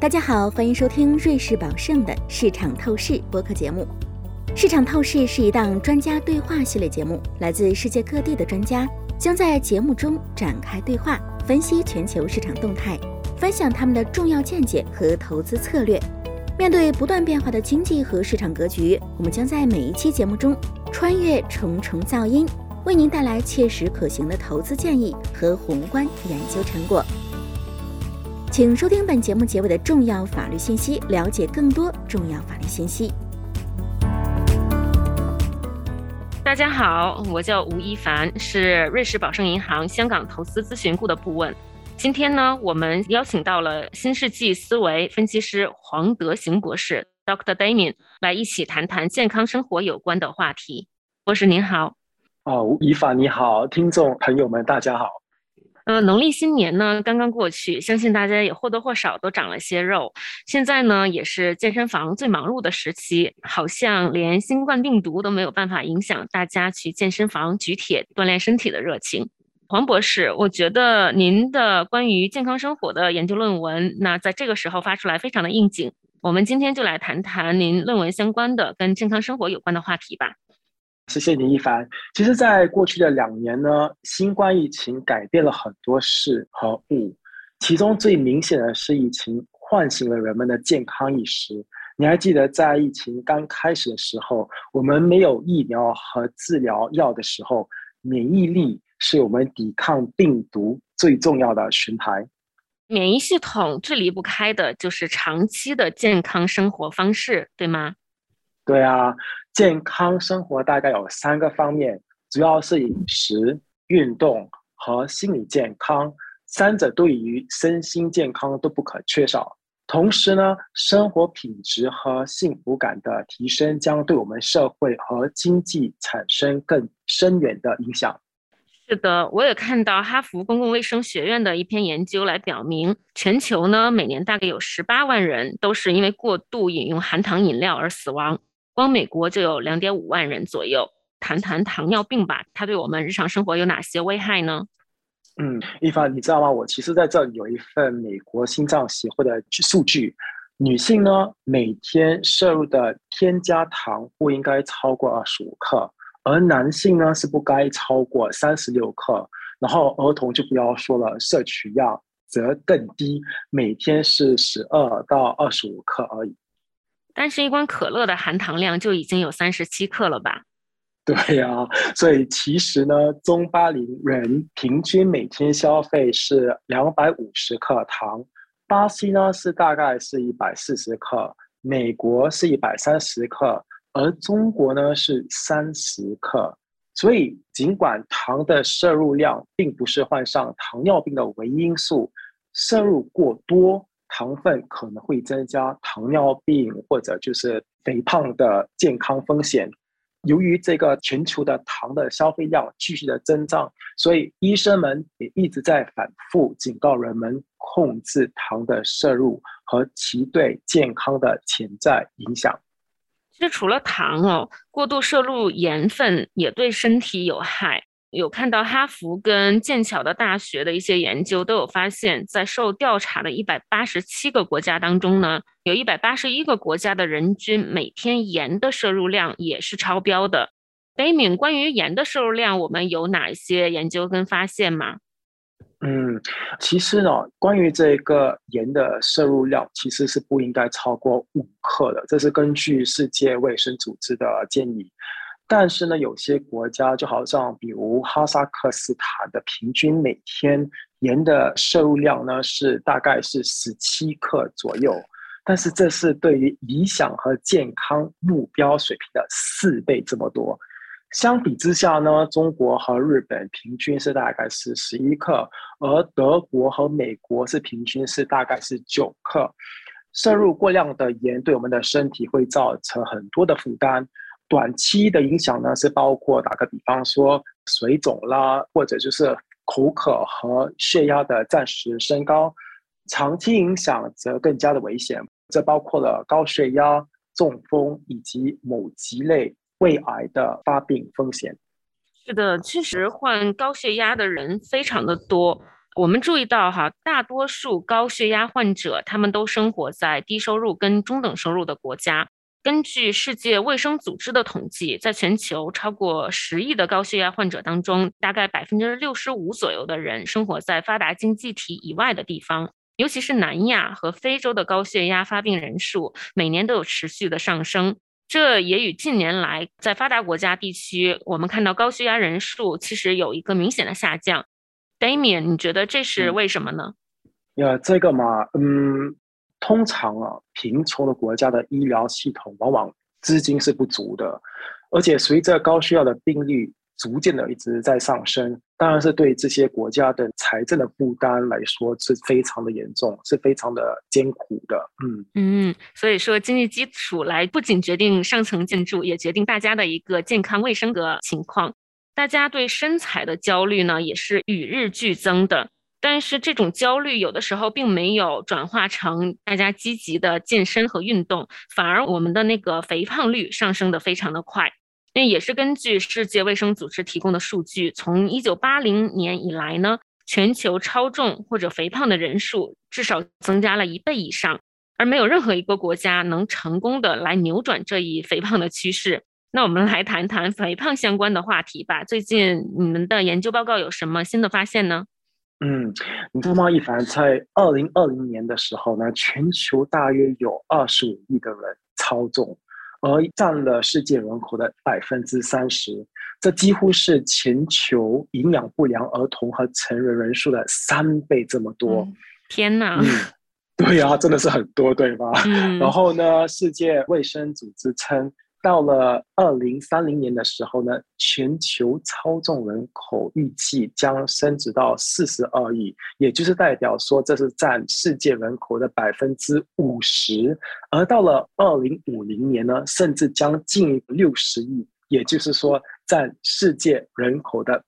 大家好，欢迎收听瑞士宝盛的市场透视播客节目。市场透视是一档专家对话系列节目，来自世界各地的专家将在节目中展开对话，分析全球市场动态，分享他们的重要见解和投资策略。面对不断变化的经济和市场格局，我们将在每一期节目中穿越重重噪音，为您带来切实可行的投资建议和宏观研究成果。请收听本节目结尾的重要法律信息，了解更多重要法律信息。 大家好，我叫吴一凡，是瑞士宝盛银行香港投资咨询部的顾问。今天呢，我们邀请到了新世纪思维分析师黄德行博士 Dr. Damien 来一起谈谈健康生活有关的话题。博士您好。 一凡你好，听众朋友们大家好。 农历新年呢刚刚过去，相信大家也或多或少都长了些肉。现在呢也是健身房最忙碌的时期，好像连新冠病毒都没有办法影响大家去健身房举铁锻炼身体的热情。黄博士，我觉得您的关于健康生活的研究论文，那在这个时候发出来非常的应景。我们今天就来谈谈您论文相关的跟健康生活有关的话题吧。 谢谢你一凡。其实在过去的2年呢，新冠疫情改变了很多事和物，其中最明显的是疫情唤醒了人们的健康意识。你还记得在疫情刚开始的时候，我们没有疫苗和治疗药的时候，免疫力是我们抵抗病毒最重要的盾牌。 免疫系统最离不开的就是长期的健康生活方式，对吗？ 对啊，健康生活大概有3个方面，主要是饮食、运动和心理健康，3者对于身心健康都不可缺少。同时呢，生活品质和幸福感的提升将对我们社会和经济产生更深远的影响。 是的，我也看到哈佛公共卫生学院的一篇研究来表明，全球呢每年大概有18万人都是因为过度饮用含糖饮料而死亡，光美国就有2.5万人左右。谈谈糖尿病吧，它对我们日常生活有哪些危害呢？ 一凡，你知道吗？我其实在这里有一份美国心脏协会的数据，女性呢每天摄入的添加糖不应该超过25克，而男性呢是不该超过36克，然后儿童就不要说了，摄取量则更低，每天是12到25克而已。 但是一罐可乐的含糖量就已经有37克了吧？ 对啊，所以其实呢，中巴黎人平均每天消费是250克糖，巴西呢是大概是140克，美国是130克，而中国呢是30克。所以尽管糖的摄入量并不是患上糖尿病的唯一因素，摄入过多糖分可能会增加糖尿病或者就是肥胖的健康风险。由于这个全球的糖的消费量继续的增长，所以医生们也一直在反复警告人们控制糖的摄入和其对健康的潜在影响。 其实除了糖过度摄入盐分也对身体有害。有看到哈佛跟剑桥的大学的一些研究都有发现，在受调查的187个国家当中呢，有181个国家的人均每天盐的摄入量也是超标的。Damien， 关于盐的摄入量，我们有哪些研究跟发现吗？ 其实呢，关于这个盐的摄入量，其实是不应该超过5克的，这是根据世界卫生组织的建议。但是呢，有些国家就好像比如哈萨克斯坦的平均每天盐的摄入量呢是大概是17克左右，但是这是对于理想和健康目标水平的4倍这么多。相比之下呢，中国和日本平均是大概是11克，而德国和美国是平均是大概是9克。摄入过量的盐对我们的身体会造成很多的负担。短期的影响呢，是包括打个比方说水肿啦，或者就是口渴和血压的暂时升高。长期影响则更加的危险，这包括了高血压、中风以及某疾类胃癌的发病风险。 是的，确实患高血压的人非常的多。 我们注意到哈，大多数高血压患者，他们都生活在低收入跟中等收入的国家。根据世界卫生组织的统计，在全球超过10亿的高血压患者当中，大概65%左右的人生活在发达经济体以外的地方。尤其是南亚和非洲的高血压发病人数，每年都有持续的上升。这也与近年来在发达国家地区，我们看到高血压人数其实有一个明显的下降。Damian， 你觉得这是为什么呢？ 这个嘛，通常贫穷的国家的医疗系统往往资金是不足的，而且随着高需要的病例逐渐的一直在上升，当然是对这些国家的财政的负担来说是非常的严重，是非常的艰苦的。 所以说经济基础来不仅决定上层建筑，也决定大家的一个健康卫生的情况。大家对身材的焦虑呢，也是与日俱增的。但是这种焦虑有的时候并没有转化成大家积极的健身和运动，反而我们的那个肥胖率上升的非常的快。那也是根据世界卫生组织提供的数据，从1980年以来呢，全球超重或者肥胖的人数至少增加了1倍以上，而没有任何一个国家能成功的来扭转这一肥胖的趋势。那我们来谈谈肥胖相关的话题吧。最近你们的研究报告有什么新的发现呢？ 你知道吗，一凡，在2020年的时候呢，全球大约有25亿的人超重，而占了世界人口的30%，这几乎是全球营养不良儿童和成人人数的3倍这么多。 天哪！ 对啊，真的是很多，对吧？然后呢，世界卫生组织称，到了2030年的时候呢，全球超重人口预计将升值到42亿，也就是代表说这是占世界人口的50%，而到了2050年呢，甚至将近60亿，也就是说占世界人口的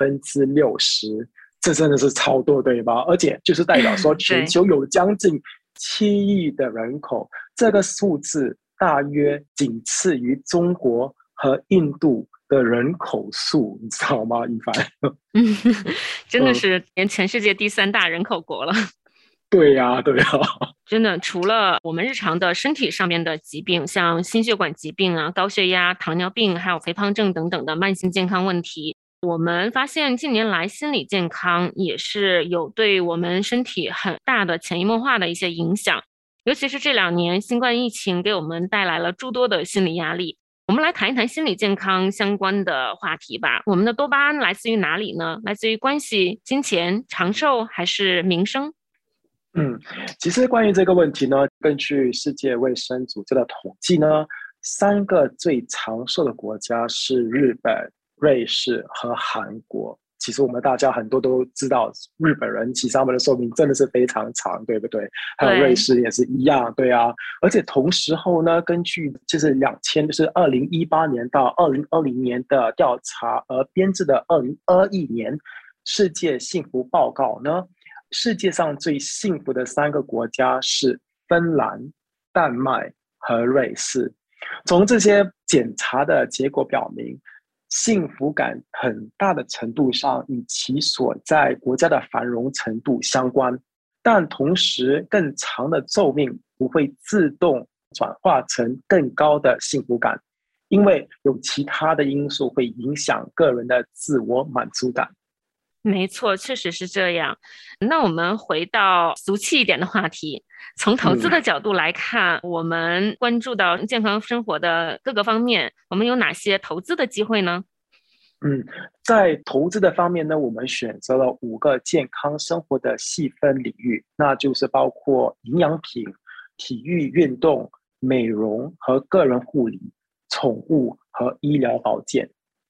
60%。这真的是超多，对吧？而且就是代表说全球有将近7亿的人口，这个数字大约仅次于中国和印度的人口数，你知道吗，一凡？ 真的是连全世界第3大人口国了。 对呀，对呀。 真的，除了我们日常的身体上面的疾病，像心血管疾病啊、高血压、糖尿病，还有肥胖症等等的慢性健康问题，我们发现近年来心理健康也是有对我们身体很大的潜移默化的一些影响。尤其是这2年新冠疫情给我们带来了诸多的心理压力。我们来谈一谈心理健康相关的话题吧。我们的多巴胺来自于哪里呢？来自于关系、金钱、长寿还是名声？ 其实关于这个问题呢，根据世界卫生组织的统计呢，3个最长寿的国家是日本、瑞士和韩国。其实我们大家很多都知道，日本人其实他们的寿命真的是非常长，对不对？还有瑞士也是一样，对啊。而且同时候呢，根据就是2018年到2020年的调查而编制的2021年世界幸福报告呢，世界上最幸福的3个国家是芬兰、丹麦和瑞士。从这些检查的结果表明，幸福感很大的程度上与其所在国家的繁荣程度相关，但同时更长的寿命不会自动转化成更高的幸福感，因为有其他的因素会影响个人的自我满足感。 没错，确实是这样。那我们回到俗气一点的话题，从投资的角度来看，我们关注到健康生活的各个方面，我们有哪些投资的机会呢？ 在投资的方面呢，我们选择了5个健康生活的细分领域，那就是包括营养品、体育运动、美容和个人护理、宠物和医疗保健。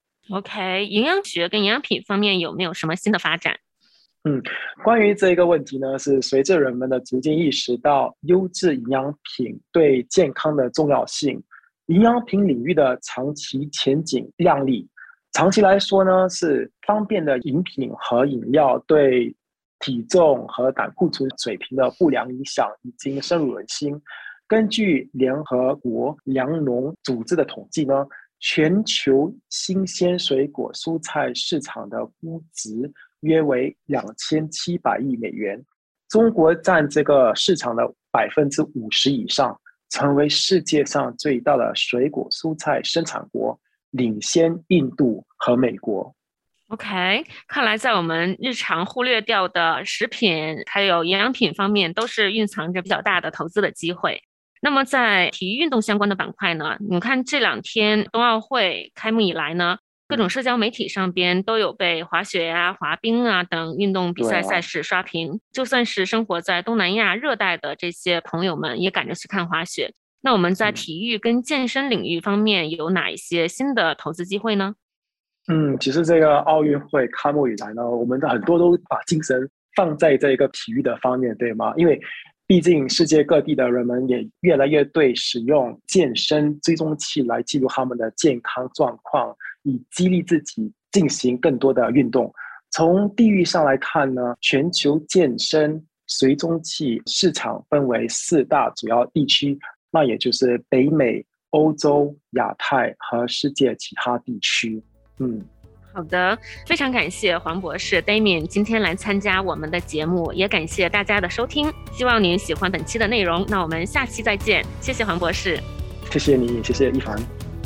OK， 营养学跟营养品方面有没有什么新的发展？ 关于这个问题呢，是随着人们的逐渐意识到优质营养品对健康的重要性，营养品领域的长期前景亮丽。长期来说呢，是方便的饮品和饮料对体重和胆固醇水平的不良影响已经深入人心。根据联合国粮农组织的统计呢，全球新鲜水果蔬菜市场的估值约为2700亿美元，中国占这个市场的50%以上，成为世界上最大的水果蔬菜生产国，领先印度和美国。 OK， 看来在我们日常忽略掉的食品还有营养品方面，都是蕴藏着比较大的投资的机会。那么在体育运动相关的板块呢，你看这2天冬奥会开幕以来呢，各种社交媒体上边都有被滑雪啊、滑冰啊等运动比赛赛事刷屏，就算是生活在东南亚热带的这些朋友们也赶着去看滑雪。那我们在体育跟健身领域方面有哪一些新的投资机会呢？ 其实这个奥运会开幕以来呢，我们的很多都把精神放在这个体育的方面，对吗？因为毕竟世界各地的人们也越来越对使用健身追踪器来记录他们的健康状况，以激励自己进行更多的运动。从地域上来看呢，全球健身追踪器市场分为4大主要地区，那也就是北美、欧洲、亚太和世界其他地区。 好的，非常感谢黄博士 Damian 今天来参加我们的节目，也感谢大家的收听，希望您喜欢本期的内容。那我们下期再见，谢谢黄博士。 谢谢你，谢谢一凡。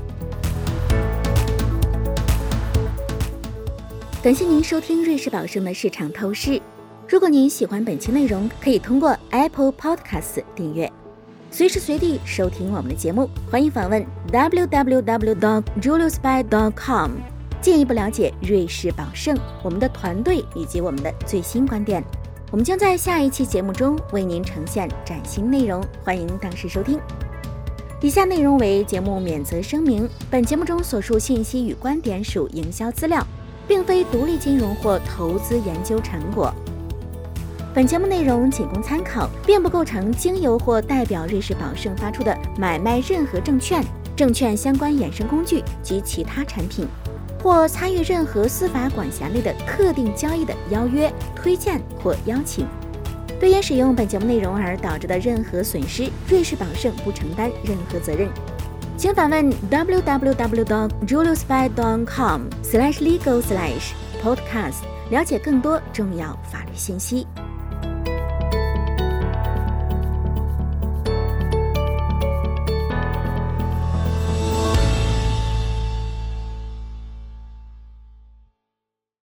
感谢您收听瑞士宝盛的市场透视。如果您喜欢本期内容，可以通过 Apple Podcast 订阅，随时随地收听我们的节目。欢迎访问 www.juliusby.com， 进一步了解瑞士宝盛、我们的团队以及我们的最新观点。我们将在下一期节目中为您呈现崭新内容，欢迎当时收听。以下内容为节目免责声明，本节目中所述信息与观点属营销资料，并非独立金融或投资研究成果。本节目内容仅供参考，并不构成经由或代表瑞士宝盛发出的买卖任何证券、证券相关衍生工具及其他产品，或参与任何司法管辖内的特定交易的邀约、推荐或邀请。对因使用本节目内容而导致的任何损失，瑞士宝盛不承担任何责任。请访问 www.juliusby.com/legal/podcast 了解更多重要法律信息。